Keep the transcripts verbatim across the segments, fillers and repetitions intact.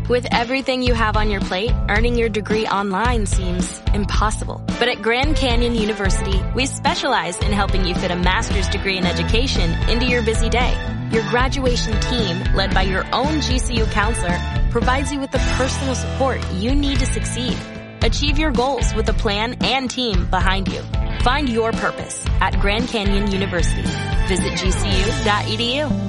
With everything you have on your plate, earning your degree online seems impossible. But at Grand Canyon University, we specialize in helping you fit a master's degree in education into your busy day. Your graduation team, led by your own G C U counselor, provides you with the personal support you need to succeed. Achieve your goals with a plan and team behind you. Find your purpose at Grand Canyon University. Visit G C U dot E D U.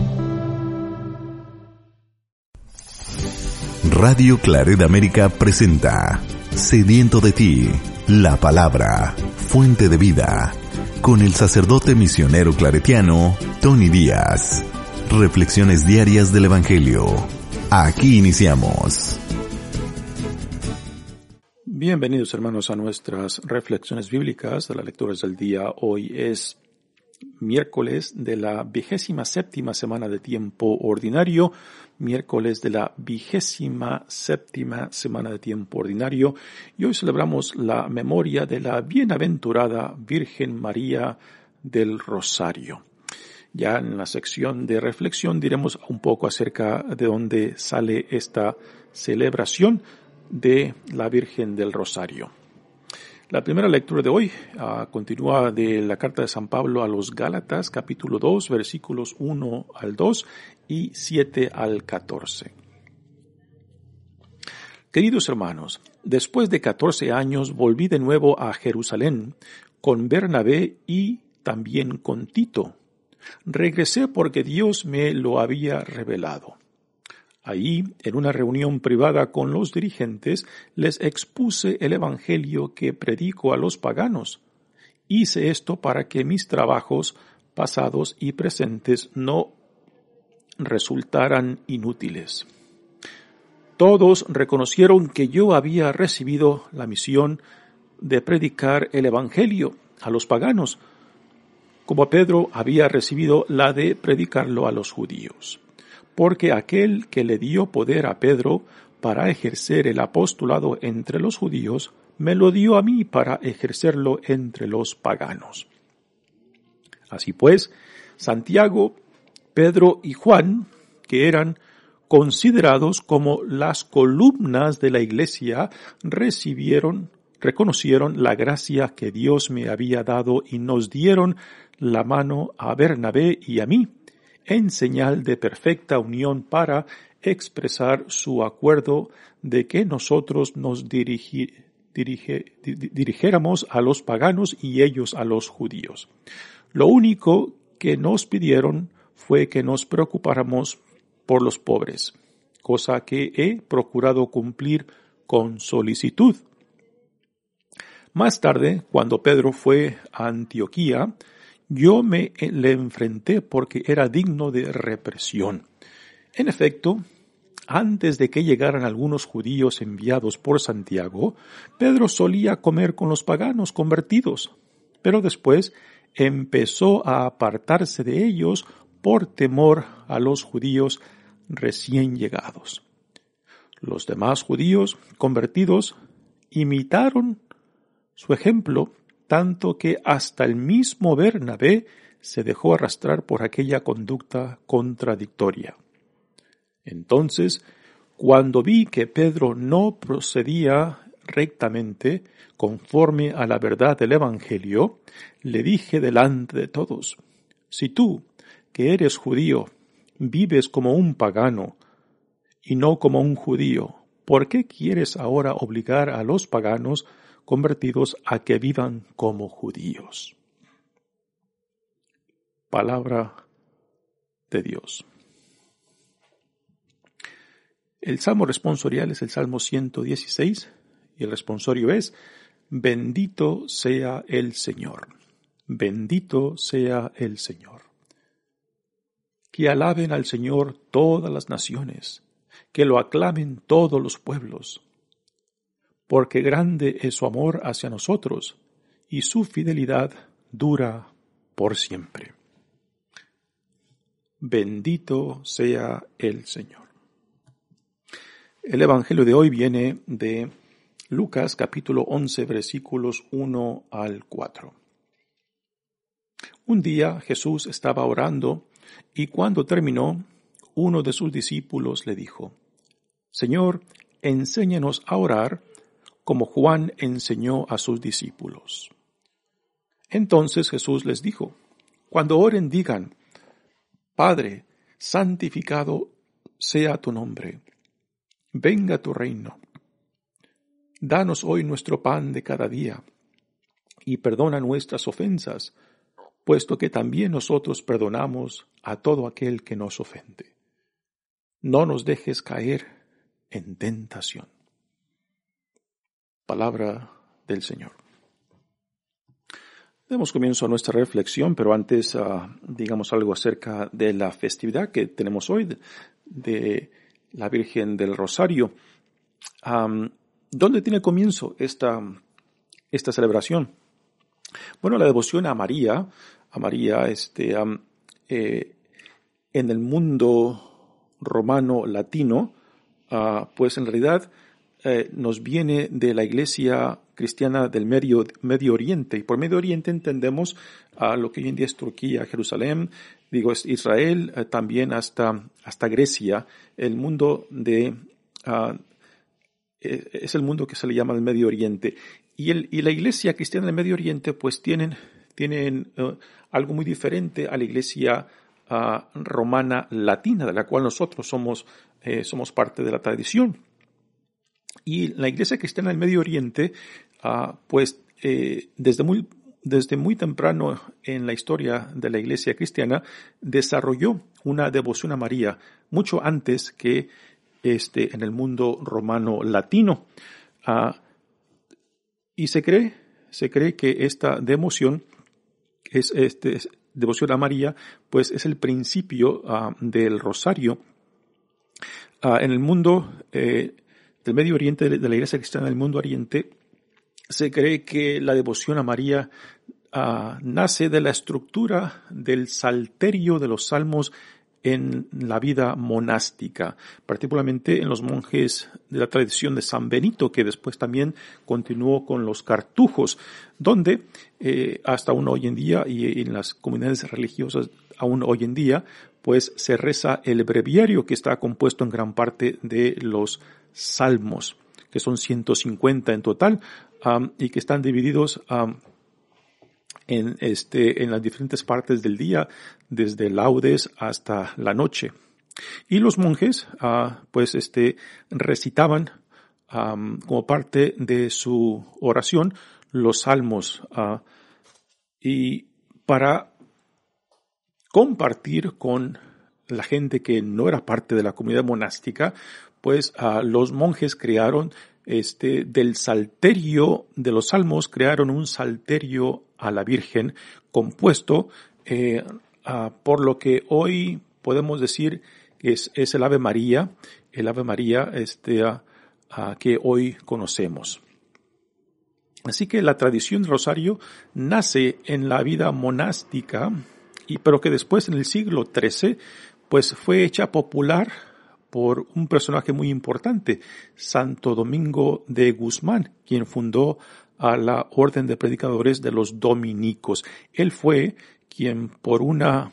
Radio Claret América presenta Sediento de ti, la palabra, fuente de vida, con el sacerdote misionero claretiano Tony Díaz. Reflexiones diarias del Evangelio. Aquí iniciamos. Bienvenidos, hermanos, a nuestras reflexiones bíblicas de las lecturas del día. Hoy es miércoles de la vigésima séptima semana de tiempo ordinario, miércoles de la vigésima séptima semana de tiempo ordinario, y hoy celebramos la memoria de la bienaventurada Virgen María del Rosario. Ya en la sección de reflexión diremos un poco acerca de dónde sale esta celebración de la Virgen del Rosario. La primera lectura de hoy uh, continúa de la carta de San Pablo a los Gálatas, capítulo dos, versículos uno al dos y siete al catorce. Queridos hermanos, después de catorce años volví de nuevo a Jerusalén con Bernabé y también con Tito. Regresé porque Dios me lo había revelado. Ahí, en una reunión privada con los dirigentes, les expuse el evangelio que predico a los paganos. Hice esto para que mis trabajos pasados y presentes no resultaran inútiles. Todos reconocieron que yo había recibido la misión de predicar el evangelio a los paganos, como Pedro había recibido la de predicarlo a los judíos. Porque aquel que le dio poder a Pedro para ejercer el apostolado entre los judíos, me lo dio a mí para ejercerlo entre los paganos. Así pues, Santiago, Pedro y Juan, que eran considerados como las columnas de la iglesia, recibieron, reconocieron la gracia que Dios me había dado y nos dieron la mano a Bernabé y a mí, en señal de perfecta unión para expresar su acuerdo de que nosotros nos dirigi, dirige, dirigiéramos a los paganos y ellos a los judíos. Lo único que nos pidieron fue que nos preocupáramos por los pobres, cosa que he procurado cumplir con solicitud. Más tarde, cuando Pedro fue a Antioquía, yo me le enfrenté porque era digno de represión. En efecto, antes de que llegaran algunos judíos enviados por Santiago, Pedro solía comer con los paganos convertidos, pero después empezó a apartarse de ellos por temor a los judíos recién llegados. Los demás judíos convertidos imitaron su ejemplo, tanto que hasta el mismo Bernabé se dejó arrastrar por aquella conducta contradictoria. Entonces, cuando vi que Pedro no procedía rectamente conforme a la verdad del Evangelio, le dije delante de todos: si tú, que eres judío, vives como un pagano y no como un judío, ¿por qué quieres ahora obligar a los paganos convertidos a que vivan como judíos? Palabra de Dios. El salmo responsorial es el Salmo ciento dieciséis y el responsorio es: bendito sea el Señor, bendito sea el Señor. Que alaben al Señor todas las naciones, que lo aclamen todos los pueblos. Porque grande es su amor hacia nosotros, y su fidelidad dura por siempre. Bendito sea el Señor. El Evangelio de hoy viene de Lucas capítulo once, versículos uno al cuatro. Un día Jesús estaba orando, y cuando terminó, uno de sus discípulos le dijo: Señor, enséñanos a orar como Juan enseñó a sus discípulos. Entonces Jesús les dijo, cuando oren digan, Padre, santificado sea tu nombre, venga tu reino. Danos hoy nuestro pan de cada día, y perdona nuestras ofensas, puesto que también nosotros perdonamos a todo aquel que nos ofende. No nos dejes caer en tentación. Palabra del Señor. Demos comienzo a nuestra reflexión, pero antes uh, digamos algo acerca de la festividad que tenemos hoy de, de la Virgen del Rosario. Um, ¿Dónde tiene comienzo esta, esta celebración? Bueno, la devoción a María, a María este, um, eh, en el mundo romano latino, uh, pues en realidad eh, nos viene de la Iglesia cristiana del Medio, Medio Oriente. Y por Medio Oriente entendemos uh, lo que hoy en día es Turquía, Jerusalén, digo es Israel, uh, también hasta, hasta Grecia, el mundo de... Uh, es el mundo que se le llama el Medio Oriente. Y, el, y la Iglesia cristiana del Medio Oriente pues tienen, tienen uh, algo muy diferente a la Iglesia uh, romana latina, de la cual nosotros somos, eh, somos parte de la tradición. Y la Iglesia cristiana del Medio Oriente uh, pues eh, desde muy desde muy temprano en la historia de la Iglesia cristiana desarrolló una devoción a María mucho antes que Este, en el mundo romano latino. Uh, y se cree, se cree que esta devoción, es, este, es, devoción a María, pues es el principio uh, del rosario. Uh, en el mundo eh, del Medio Oriente, de, de la Iglesia Cristiana del Mundo Oriente, se cree que la devoción a María uh, nace de la estructura del salterio de los salmos en la vida monástica, particularmente en los monjes de la tradición de San Benito, que después también continuó con los cartujos, donde eh, hasta aún hoy en día y en las comunidades religiosas aún hoy en día, pues se reza el breviario, que está compuesto en gran parte de los salmos, que son ciento cincuenta en total, um, y que están divididos um, en este, en las diferentes partes del día, desde laudes hasta la noche. Y los monjes, uh, pues este, recitaban, um, como parte de su oración, los salmos, uh, y para compartir con la gente que no era parte de la comunidad monástica, pues uh, los monjes crearon Este, del salterio de los salmos, crearon un salterio a la Virgen compuesto eh, uh, por lo que hoy podemos decir que es, es el Ave María, el Ave María este, uh, uh, que hoy conocemos. Así que la tradición del rosario nace en la vida monástica, y, pero que después en el siglo trece pues fue hecha popular por un personaje muy importante, Santo Domingo de Guzmán, quien fundó a la Orden de Predicadores de los Dominicos. Él fue quien, por una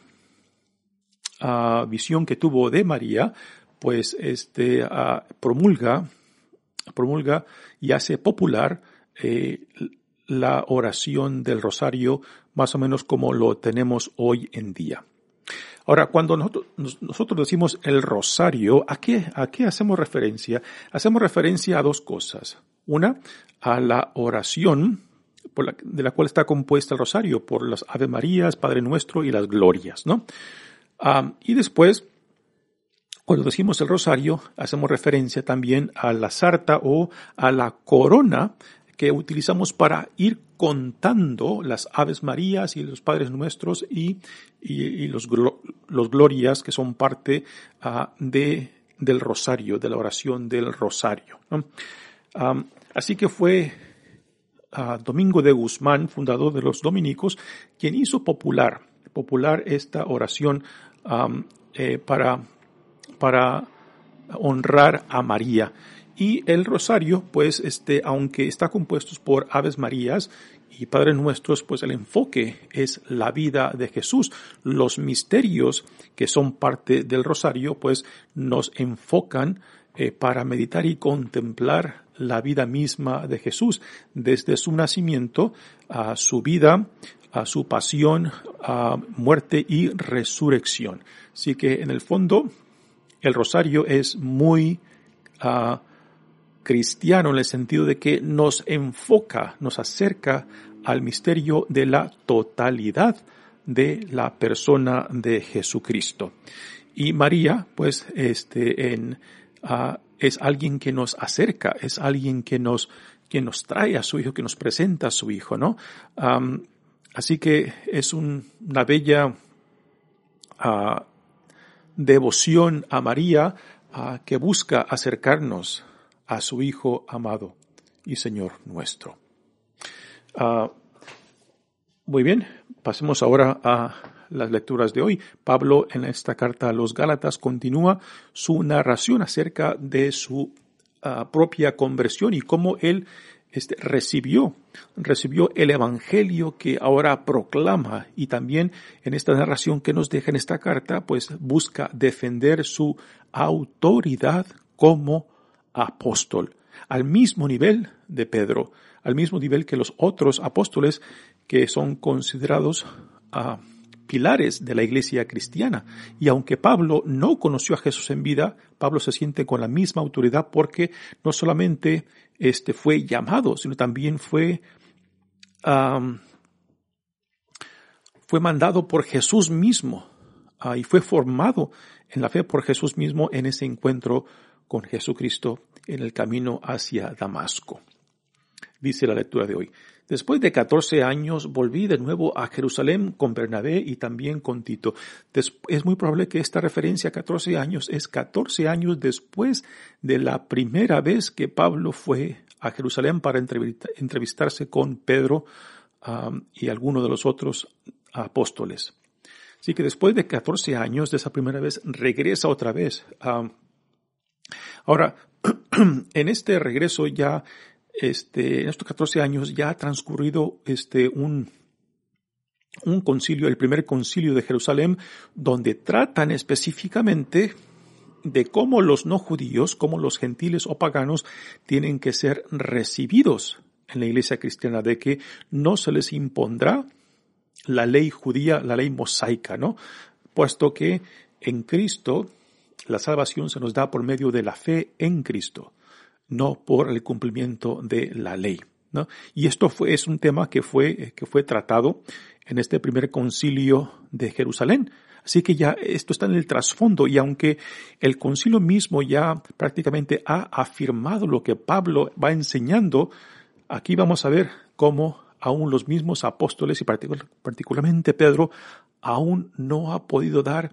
uh, visión que tuvo de María, pues este uh, promulga, promulga y hace popular eh, la oración del rosario, más o menos como lo tenemos hoy en día. Ahora, cuando nosotros, nosotros decimos el rosario, ¿a qué, a qué hacemos referencia? Hacemos referencia a dos cosas. Una, a la oración por la, de la cual está compuesta el rosario, por las Ave Marías, Padre Nuestro y las Glorias, ¿no? Um, y después, cuando decimos el rosario, hacemos referencia también a la sarta o a la corona que utilizamos para ir contando las Aves Marías y los Padres Nuestros y, y, y los, los Glorias, que son parte uh, de, del rosario, de la oración del rosario, ¿no? Um, así que fue uh, Domingo de Guzmán, fundador de los dominicos, quien hizo popular, popular esta oración um, eh, para, para honrar a María. Y el rosario, pues, este, aunque está compuesto por Aves Marías y Padres Nuestros, pues el enfoque es la vida de Jesús. Los misterios que son parte del rosario, pues, nos enfocan eh, para meditar y contemplar la vida misma de Jesús, desde su nacimiento a su vida, a su pasión, a muerte y resurrección. Así que en el fondo el rosario es muy uh, cristiano en el sentido de que nos enfoca, nos acerca al misterio de la totalidad de la persona de Jesucristo. Y María, pues, este, en, uh, es alguien que nos acerca, es alguien que nos, que nos trae a su hijo, que nos presenta a su hijo, ¿no? Um, así que es un, una bella uh, devoción a María uh, que busca acercarnos a su Hijo amado y Señor nuestro. Uh, muy bien, pasemos ahora a las lecturas de hoy. Pablo en esta carta a los Gálatas continúa su narración acerca de su uh, propia conversión y cómo él este, recibió, recibió el evangelio que ahora proclama, y también en esta narración que nos deja en esta carta, pues busca defender su autoridad como apóstol, al mismo nivel de Pedro, al mismo nivel que los otros apóstoles que son considerados uh, pilares de la iglesia cristiana. Y aunque Pablo no conoció a Jesús en vida, Pablo se siente con la misma autoridad porque no solamente este fue llamado, sino también fue, um, fue mandado por Jesús mismo uh, y fue formado en la fe por Jesús mismo en ese encuentro con Jesucristo en el camino hacia Damasco. Dice la lectura de hoy: después de catorce años volví de nuevo a Jerusalén con Bernabé y también con Tito. Des- es muy probable que esta referencia a catorce años es catorce años después de la primera vez que Pablo fue a Jerusalén para entrevista- entrevistarse con Pedro um, y algunos de los otros apóstoles. Así que después de catorce años de esa primera vez regresa otra vez. Um, ahora, en este regreso ya Este, en estos catorce años ya ha transcurrido este, un, un concilio, el primer concilio de Jerusalén, donde tratan específicamente de cómo los no judíos, cómo los gentiles o paganos tienen que ser recibidos en la iglesia cristiana, de que no se les impondrá la ley judía, la ley mosaica, ¿no? Puesto que en Cristo la salvación se nos da por medio de la fe en Cristo, no por el cumplimiento de la ley, ¿no? Y esto fue, es un tema que fue, que fue tratado en este primer concilio de Jerusalén. Así que ya esto está en el trasfondo, y aunque el concilio mismo ya prácticamente ha afirmado lo que Pablo va enseñando, aquí vamos a ver cómo aún los mismos apóstoles y particular, particularmente Pedro aún no ha podido dar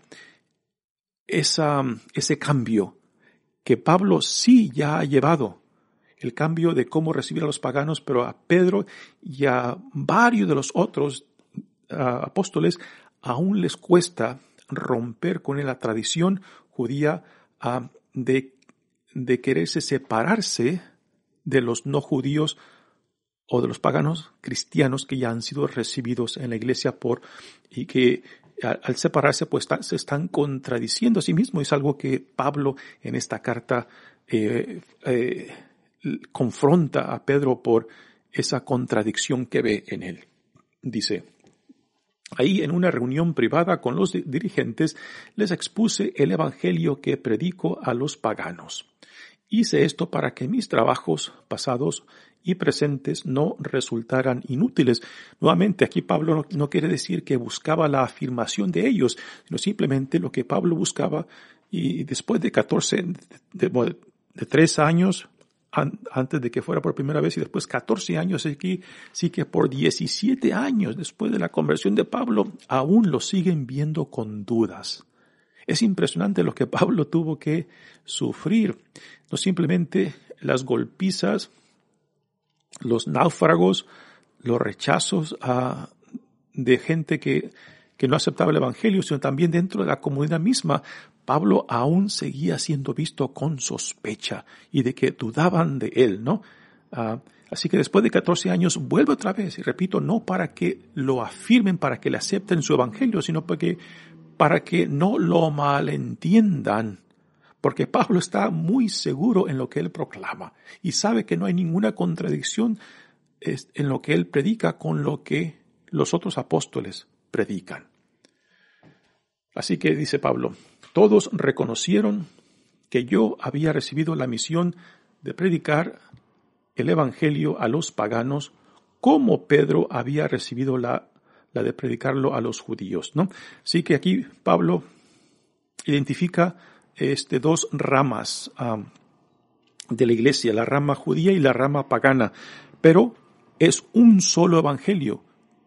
esa, ese cambio que Pablo sí ya ha llevado, el cambio de cómo recibir a los paganos, pero a Pedro y a varios de los otros uh, apóstoles aún les cuesta romper con la tradición judía uh, de, de quererse separarse de los no judíos o de los paganos cristianos que ya han sido recibidos en la iglesia por, y que al separarse pues se están contradiciendo a sí mismos. Es algo que Pablo en esta carta eh, eh, confronta a Pedro por esa contradicción que ve en él. Dice: ahí en una reunión privada con los dirigentes les expuse el evangelio que predico a los paganos. Hice esto para que mis trabajos pasados y presentes no resultaran inútiles. Nuevamente, aquí Pablo no, no quiere decir que buscaba la afirmación de ellos, sino simplemente lo que Pablo buscaba, y después de catorce, de, de, de tres años, an, antes de que fuera por primera vez, y después catorce años aquí, sí que por diecisiete años después de la conversión de Pablo, aún lo siguen viendo con dudas. Es impresionante lo que Pablo tuvo que sufrir, no simplemente las golpizas, los náufragos, los rechazos uh, de gente que, que no aceptaba el evangelio, sino también dentro de la comunidad misma. Pablo aún seguía siendo visto con sospecha y de que dudaban de él, ¿no? Uh, así que después de catorce años vuelve otra vez, y repito, no para que lo afirmen, para que le acepten su evangelio, sino porque, para que no lo malentiendan, porque Pablo está muy seguro en lo que él proclama y sabe que no hay ninguna contradicción en lo que él predica con lo que los otros apóstoles predican. Así que dice Pablo, todos reconocieron que yo había recibido la misión de predicar el evangelio a los paganos, como Pedro había recibido la, la de predicarlo a los judíos, ¿no? Así que aquí Pablo identifica este, dos ramas um, de la iglesia, la rama judía y la rama pagana, pero es un solo evangelio,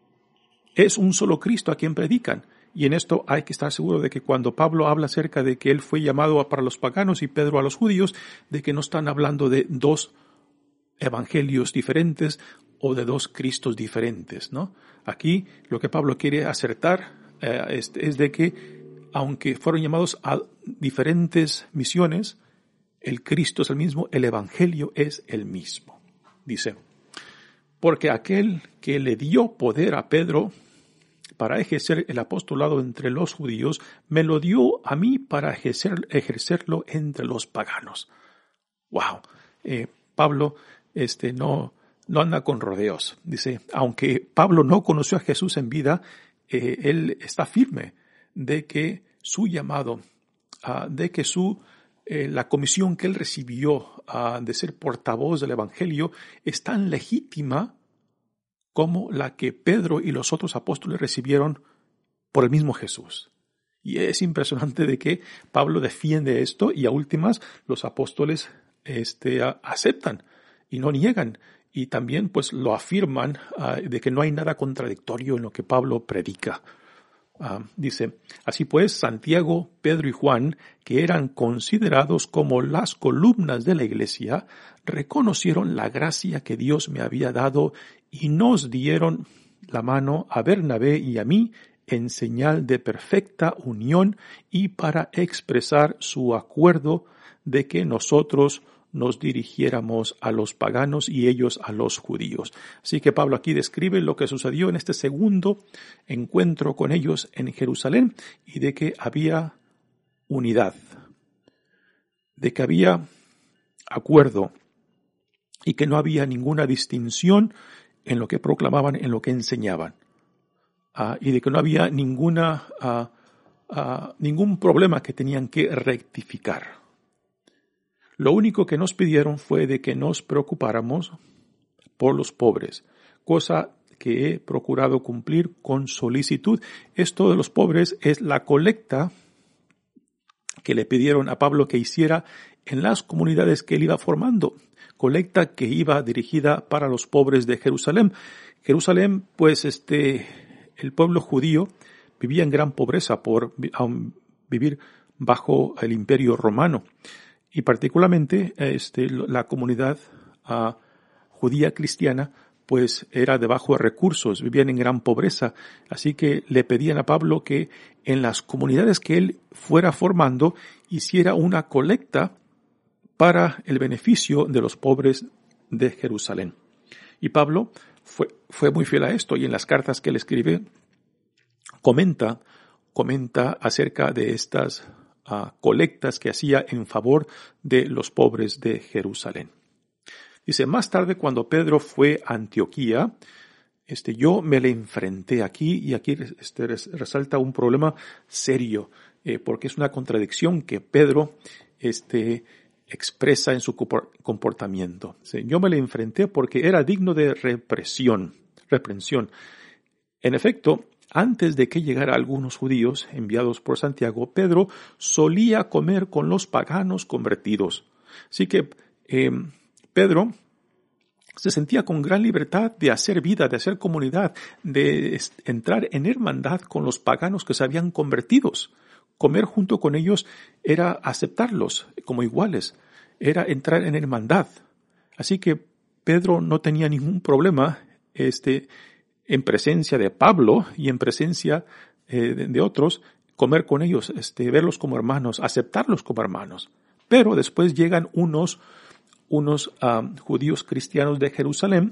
es un solo Cristo a quien predican. Y en esto hay que estar seguro de que cuando Pablo habla acerca de que él fue llamado para los paganos y Pedro a los judíos, de que no están hablando de dos evangelios diferentes o de dos Cristos diferentes, ¿no? Aquí lo que Pablo quiere acertar eh, es, es de que aunque fueron llamados a diferentes misiones, el Cristo es el mismo, el evangelio es el mismo. Dice, porque aquel que le dio poder a Pedro para ejercer el apostolado entre los judíos, me lo dio a mí para ejercer, ejercerlo entre los paganos. Wow. Eh, Pablo este, no, no anda con rodeos. Dice, aunque Pablo no conoció a Jesús en vida, eh, él está firme de que su llamado, uh, de que su, eh, la comisión que él recibió uh, de ser portavoz del evangelio es tan legítima como la que Pedro y los otros apóstoles recibieron por el mismo Jesús. Y es impresionante de que Pablo defiende esto y a últimas los apóstoles este, aceptan y no niegan. Y también pues lo afirman uh, de que no hay nada contradictorio en lo que Pablo predica. Uh, dice, así pues, Santiago, Pedro y Juan, que eran considerados como las columnas de la iglesia, reconocieron la gracia que Dios me había dado y nos dieron la mano a Bernabé y a mí en señal de perfecta unión y para expresar su acuerdo de que nosotros nos dirigiéramos a los paganos y ellos a los judíos. Así que Pablo aquí describe lo que sucedió en este segundo encuentro con ellos en Jerusalén y de que había unidad, de que había acuerdo y que no había ninguna distinción en lo que proclamaban, en lo que enseñaban, uh, y de que no había ninguna uh, uh, ningún problema que tenían que rectificar. Lo único que nos pidieron fue de que nos preocupáramos por los pobres, cosa que he procurado cumplir con solicitud. Esto de los pobres es la colecta que le pidieron a Pablo que hiciera en las comunidades que él iba formando, colecta que iba dirigida para los pobres de Jerusalén. Jerusalén, pues este, el pueblo judío vivía en gran pobreza por vivir bajo el imperio romano. Y particularmente este, la comunidad uh, judía cristiana pues era de bajos recursos, vivían en gran pobreza. Así que le pedían a Pablo que en las comunidades que él fuera formando hiciera una colecta para el beneficio de los pobres de Jerusalén. Y Pablo fue, fue muy fiel a esto y en las cartas que él escribe comenta, comenta acerca de estas Uh, colectas que hacía en favor de los pobres de Jerusalén. Dice, más tarde cuando Pedro fue a Antioquía, este, yo me le enfrenté aquí y aquí este, resalta un problema serio, eh, porque es una contradicción que Pedro este, expresa en su comportamiento. Dice, yo me le enfrenté porque era digno de represión, reprensión. En efecto, antes de que llegara algunos judíos enviados por Santiago, Pedro solía comer con los paganos convertidos. Así que eh, Pedro se sentía con gran libertad de hacer vida, de hacer comunidad, de entrar en hermandad con los paganos que se habían convertidos. Comer junto con ellos era aceptarlos como iguales, era entrar en hermandad. Así que Pedro no tenía ningún problema este en presencia de Pablo y en presencia eh, de, de otros, comer con ellos, este, verlos como hermanos, aceptarlos como hermanos. Pero después llegan unos, unos um, judíos cristianos de Jerusalén,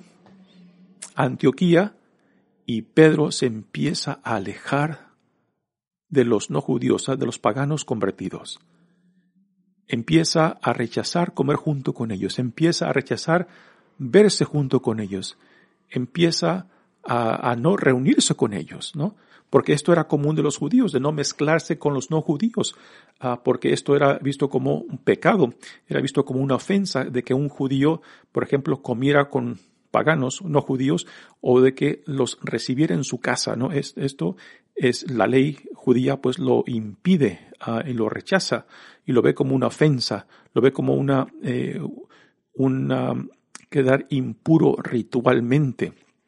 a Antioquía, y Pedro se empieza a alejar de los no judíos, de los paganos convertidos. empieza a rechazar comer junto con ellos, empieza a rechazar verse junto con ellos, empieza a, a no reunirse con ellos, ¿no? Porque esto era común de los judíos, de no mezclarse con los no judíos, uh, porque esto era visto como un pecado, era visto como una ofensa de que un judío, por ejemplo, comiera con paganos, no judíos, o de que los recibiera en su casa, ¿no? Es, esto es la ley judía, pues lo impide uh, y lo rechaza y lo ve como una ofensa, lo ve como una, eh, una quedar impuro ritualmente.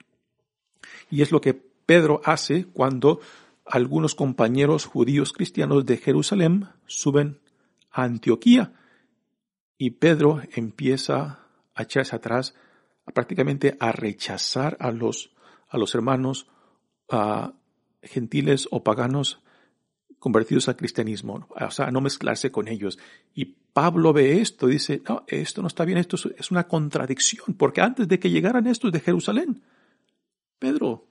Y es lo que Pedro hace cuando algunos compañeros judíos cristianos de Jerusalén suben a Antioquía y Pedro empieza a echarse atrás, a prácticamente a rechazar a los, a los hermanos a gentiles o paganos convertidos al cristianismo, o sea, a no mezclarse con ellos. Y Pablo ve esto y dice, no, esto no está bien, esto es una contradicción, porque antes de que llegaran estos de Jerusalén, Pedro,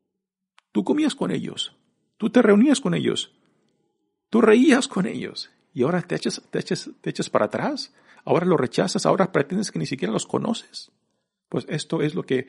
tú comías con ellos, tú te reunías con ellos, tú reías con ellos y ahora te echas, te echas, te echas para atrás, ahora los rechazas, ahora pretendes que ni siquiera los conoces. Pues esto es lo que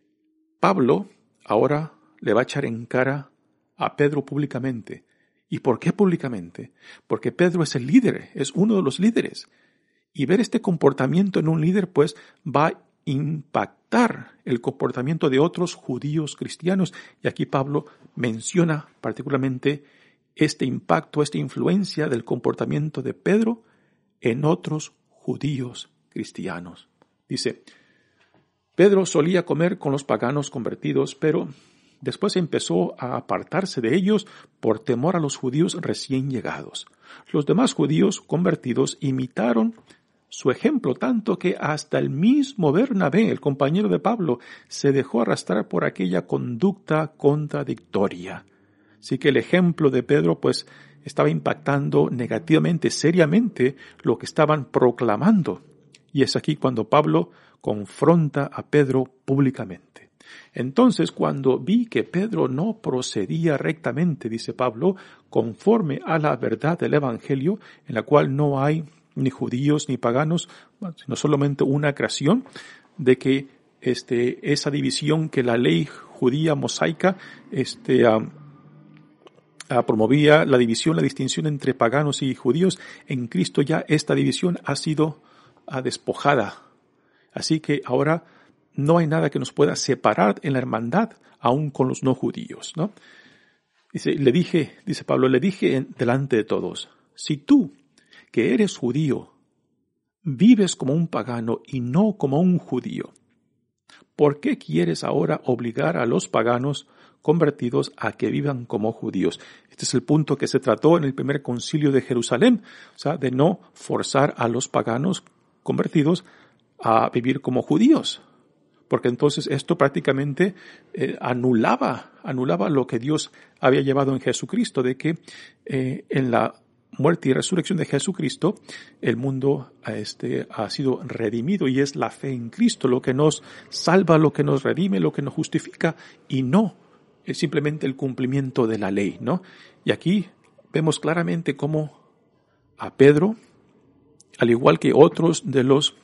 Pablo ahora le va a echar en cara a Pedro públicamente. ¿Y por qué públicamente? Porque Pedro es el líder, es uno de los líderes. Y ver este comportamiento en un líder pues va a impactar el comportamiento de otros judíos cristianos. Y aquí Pablo menciona particularmente este impacto, esta influencia del comportamiento de Pedro en otros judíos cristianos. Dice, Pedro solía comer con los paganos convertidos, pero después empezó a apartarse de ellos por temor a los judíos recién llegados. Los demás judíos convertidos imitaron su ejemplo, tanto que hasta el mismo Bernabé, el compañero de Pablo, se dejó arrastrar por aquella conducta contradictoria. Así que el ejemplo de Pedro, pues, estaba impactando negativamente, seriamente, lo que estaban proclamando. Y es aquí cuando Pablo confronta a Pedro públicamente. Entonces, cuando vi que Pedro no procedía rectamente, dice Pablo, conforme a la verdad del Evangelio, en la cual no hay ni judíos ni paganos, sino solamente una creación, de que este, esa división que la ley judía mosaica este, um, uh, promovía, la división, la distinción entre paganos y judíos, en Cristo ya esta división ha sido uh, despojada. Así que ahora no hay nada que nos pueda separar en la hermandad, aún con los no judíos, ¿no? Dice, le dije, dice Pablo, le dije delante de todos, si tú, que eres judío, vives como un pagano y no como un judío, ¿por qué quieres ahora obligar a los paganos convertidos a que vivan como judíos? Este es el punto que se trató en el primer concilio de Jerusalén, o sea, de no forzar a los paganos convertidos a vivir como judíos, porque entonces esto prácticamente eh, anulaba, anulaba lo que Dios había llevado en Jesucristo, de que eh, en la muerte y resurrección de Jesucristo, el mundo este, ha sido redimido y es la fe en Cristo lo que nos salva, lo que nos redime, lo que nos justifica y no es simplemente el cumplimiento de la ley, ¿no? Y aquí vemos claramente cómo a Pedro, al igual que otros de los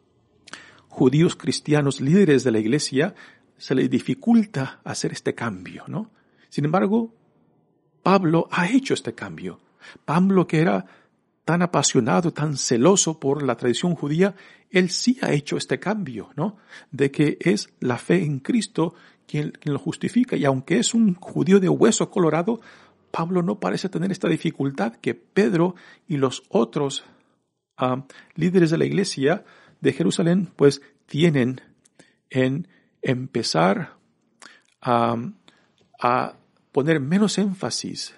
judíos cristianos líderes de la iglesia, se les dificulta hacer este cambio, ¿no? Sin embargo, Pablo ha hecho este cambio. Pablo, que era tan apasionado, tan celoso por la tradición judía, él sí ha hecho este cambio, ¿no? De que es la fe en Cristo quien, quien lo justifica. Y aunque es un judío de hueso colorado, Pablo no parece tener esta dificultad que Pedro y los otros uh, líderes de la iglesia de Jerusalén, pues tienen en empezar a, a poner menos énfasis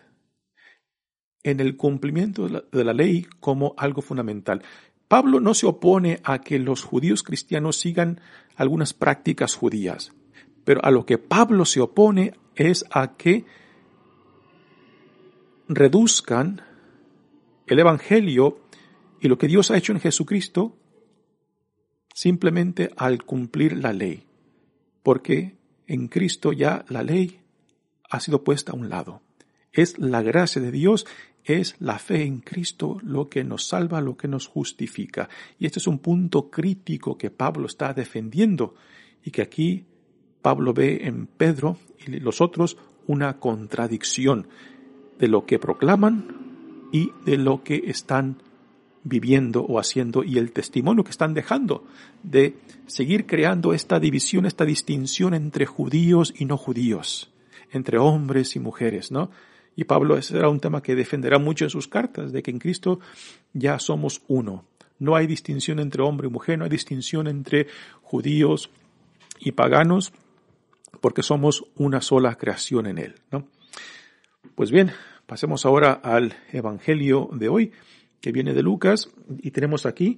en el cumplimiento de la, de la ley como algo fundamental. Pablo no se opone a que los judíos cristianos sigan algunas prácticas judías, pero a lo que Pablo se opone es a que reduzcan el Evangelio y lo que Dios ha hecho en Jesucristo simplemente al cumplir la ley, porque en Cristo ya la ley ha sido puesta a un lado. Es la gracia de Dios, es la fe en Cristo lo que nos salva, lo que nos justifica. Y este es un punto crítico que Pablo está defendiendo y que aquí Pablo ve en Pedro y los otros una contradicción de lo que proclaman y de lo que están viviendo o haciendo y el testimonio que están dejando de seguir creando esta división, esta distinción entre judíos y no judíos, entre hombres y mujeres, ¿no? Y Pablo, ese será un tema que defenderá mucho en sus cartas, de que en Cristo ya somos uno. No hay distinción entre hombre y mujer, no hay distinción entre judíos y paganos, porque somos una sola creación en Él, ¿no? Pues bien, pasemos ahora al Evangelio de hoy, que viene de Lucas, y tenemos aquí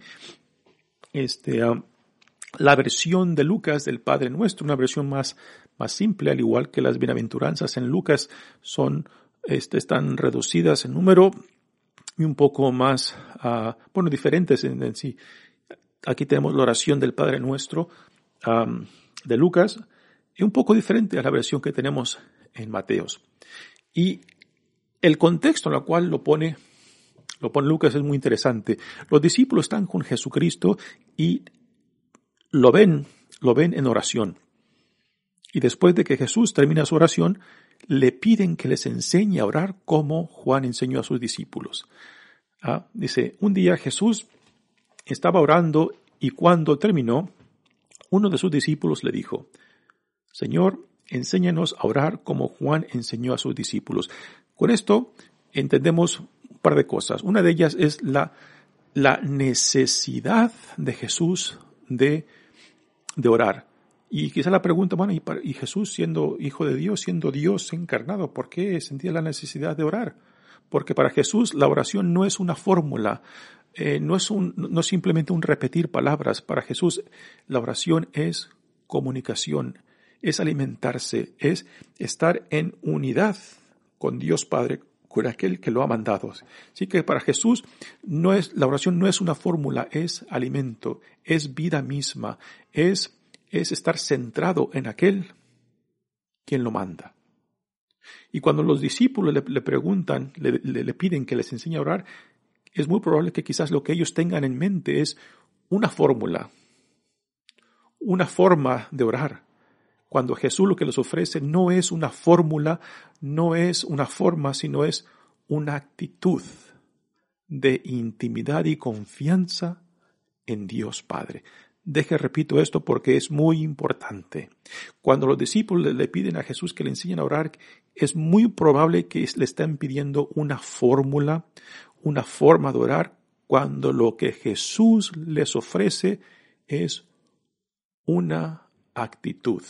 este, uh, la versión de Lucas del Padre Nuestro, una versión más, más simple, al igual que las bienaventuranzas en Lucas son, este, están reducidas en número y un poco más, uh, bueno, diferentes en, en sí. Aquí tenemos la oración del Padre Nuestro um, de Lucas, y un poco diferente a la versión que tenemos en Mateos. Y el contexto en el cual lo pone Lo pone Lucas es muy interesante. Los discípulos están con Jesucristo y lo ven, lo ven en oración. Y después de que Jesús termina su oración, le piden que les enseñe a orar como Juan enseñó a sus discípulos. Ah, dice, un día Jesús estaba orando y cuando terminó, uno de sus discípulos le dijo, Señor, enséñanos a orar como Juan enseñó a sus discípulos. Con esto entendemos par de cosas. Una de ellas es la, la necesidad de Jesús de, de orar. Y quizá la pregunta, bueno, ¿y, para, y Jesús siendo hijo de Dios, siendo Dios encarnado, ¿por qué sentía la necesidad de orar? Porque para Jesús la oración no es una fórmula, eh, no es un, no simplemente un repetir palabras. Para Jesús la oración es comunicación, es alimentarse, es estar en unidad con Dios Padre, con aquel que lo ha mandado. Así que para Jesús no es, la oración no es una fórmula, es alimento, es vida misma, es, es estar centrado en aquel quien lo manda. Y cuando los discípulos le, le preguntan, le, le, le piden que les enseñe a orar, es muy probable que quizás lo que ellos tengan en mente es una fórmula, una forma de orar. Cuando Jesús lo que les ofrece no es una fórmula, no es una forma, sino es una actitud de intimidad y confianza en Dios Padre. Deje, repito esto porque es muy importante. Cuando los discípulos le piden a Jesús que le enseñen a orar, es muy probable que le estén pidiendo una fórmula, una forma de orar, cuando lo que Jesús les ofrece es una actitud.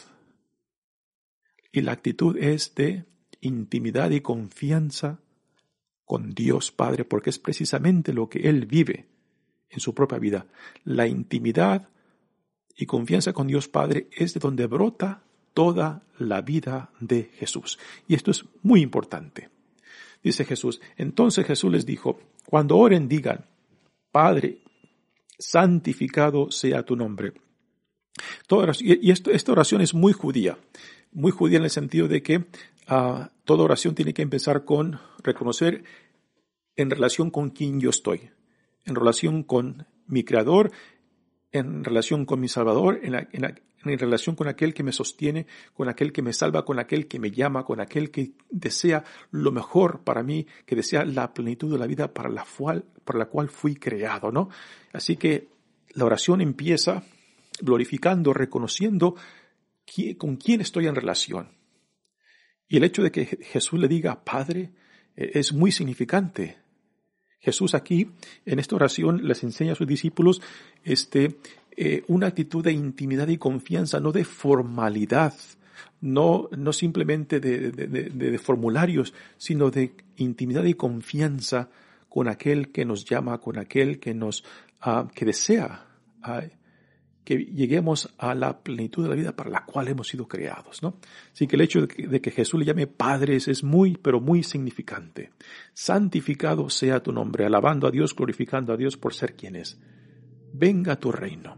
Y la actitud es de intimidad y confianza con Dios Padre, porque es precisamente lo que Él vive en su propia vida. La intimidad y confianza con Dios Padre es de donde brota toda la vida de Jesús. Y esto es muy importante. Dice Jesús, entonces Jesús les dijo, cuando oren digan, Padre, santificado sea tu nombre. Toda oración, y esto, esta oración es muy judía. Muy judía en el sentido de que uh, toda oración tiene que empezar con reconocer en relación con quién yo estoy, en relación con mi Creador, en relación con mi Salvador, en, la, en, la, en relación con aquel que me sostiene, con aquel que me salva, con aquel que me llama, con aquel que desea lo mejor para mí, que desea la plenitud de la vida para la cual, para la cual fui creado, ¿no? Así que la oración empieza glorificando, reconociendo con quién estoy en relación. Y el hecho de que Jesús le diga Padre es muy significante. Jesús aquí, en esta oración, les enseña a sus discípulos este, eh, una actitud de intimidad y confianza, no de formalidad, no, no simplemente de, de, de, de formularios, sino de intimidad y confianza con aquel que nos llama, con aquel que nos, uh, que desea uh, que lleguemos a la plenitud de la vida para la cual hemos sido creados, ¿no? Así que el hecho de que, de que Jesús le llame padres es muy, pero muy significante. Santificado sea tu nombre, alabando a Dios, glorificando a Dios por ser quien es. Venga tu reino.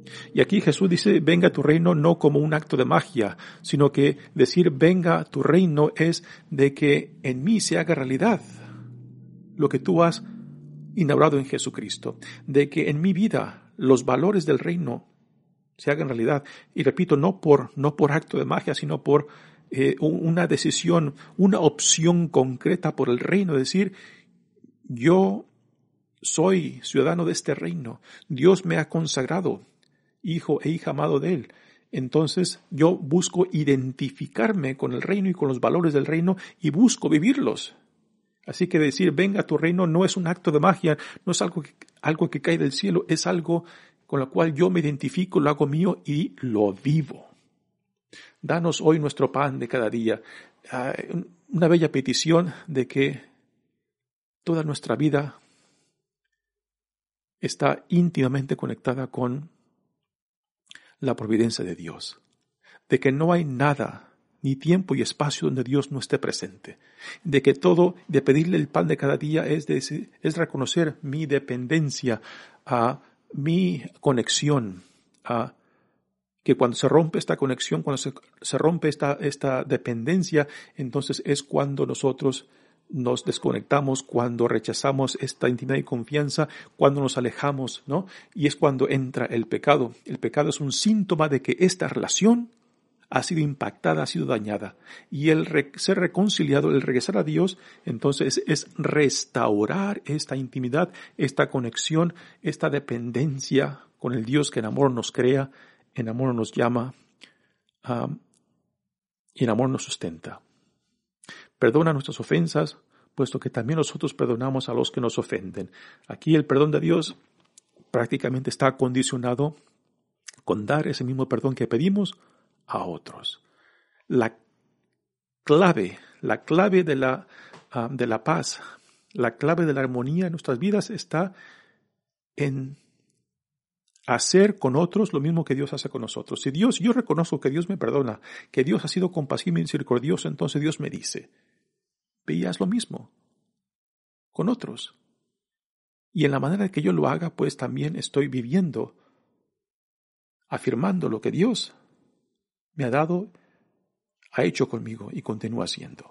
Y aquí Jesús dice, venga tu reino no como un acto de magia, sino que decir venga tu reino es de que en mí se haga realidad lo que tú has inaugurado en Jesucristo, de que en mi vida los valores del reino se hagan realidad. Y repito, no por, no por acto de magia, sino por eh, una decisión, una opción concreta por el reino, es decir, yo soy ciudadano de este reino, Dios me ha consagrado hijo e hija amado de Él. Entonces yo busco identificarme con el reino y con los valores del reino y busco vivirlos. Así que decir venga tu reino no es un acto de magia, no es algo que, algo que cae del cielo, es algo con lo cual yo me identifico, lo hago mío y lo vivo. Danos hoy nuestro pan de cada día. Uh, una bella petición de que toda nuestra vida está íntimamente conectada con la providencia de Dios, de que no hay nada, ni tiempo y espacio donde Dios no esté presente, de que todo, de pedirle el pan de cada día es, de, es reconocer mi dependencia, a mi conexión, a que cuando se rompe esta conexión, cuando se, se rompe esta, esta dependencia, entonces es cuando nosotros nos desconectamos, cuando rechazamos esta intimidad y confianza, cuando nos alejamos, ¿no? Y es cuando entra el pecado. El pecado es un síntoma de que esta relación ha sido impactada, ha sido dañada. Y el re- ser reconciliado, el regresar a Dios, entonces es restaurar esta intimidad, esta conexión, esta dependencia con el Dios que en amor nos crea, en amor nos llama um, y en amor nos sustenta. Perdona nuestras ofensas, puesto que también nosotros perdonamos a los que nos ofenden. Aquí el perdón de Dios prácticamente está condicionado con dar ese mismo perdón que pedimos a otros. La clave, la clave de la, uh, de la paz, la clave de la armonía en nuestras vidas está en hacer con otros lo mismo que Dios hace con nosotros. Si Dios, yo reconozco que Dios me perdona, que Dios ha sido compasivo y misericordioso, entonces Dios me dice, ve y haz lo mismo con otros. Y en la manera que yo lo haga, pues también estoy viviendo, afirmando lo que Dios me ha dado, ha hecho conmigo y continúa haciendo.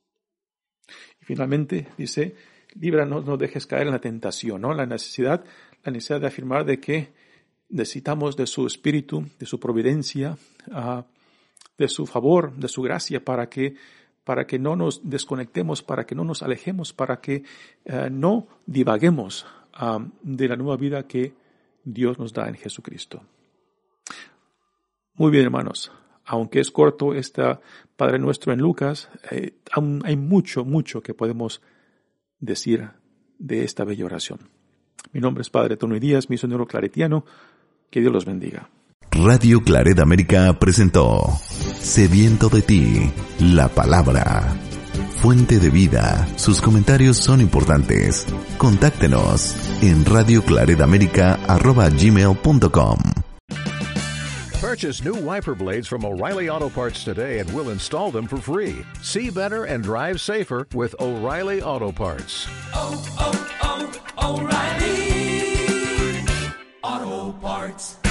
Y finalmente dice, líbranos, no dejes caer en la tentación, ¿no? La necesidad, la necesidad de afirmar de que necesitamos de su espíritu, de su providencia, uh, de su favor, de su gracia, para que, para que no nos desconectemos, para que no nos alejemos, para que uh, no divaguemos uh, de la nueva vida que Dios nos da en Jesucristo. Muy bien, hermanos. Aunque es corto este Padre Nuestro en Lucas, eh, aún hay mucho, mucho que podemos decir de esta bella oración. Mi nombre es Padre Tony Díaz, misionero claretiano. Que Dios los bendiga. Radio Claret América presentó Sediento de ti, la palabra. Fuente de vida. Sus comentarios son importantes. Contáctenos en radio claret america arroba gmail punto com. Purchase new wiper blades from O'Reilly Auto Parts today and we'll install them for free. See better and drive safer with O'Reilly Auto Parts. Oh, oh, oh, O'Reilly Auto Parts.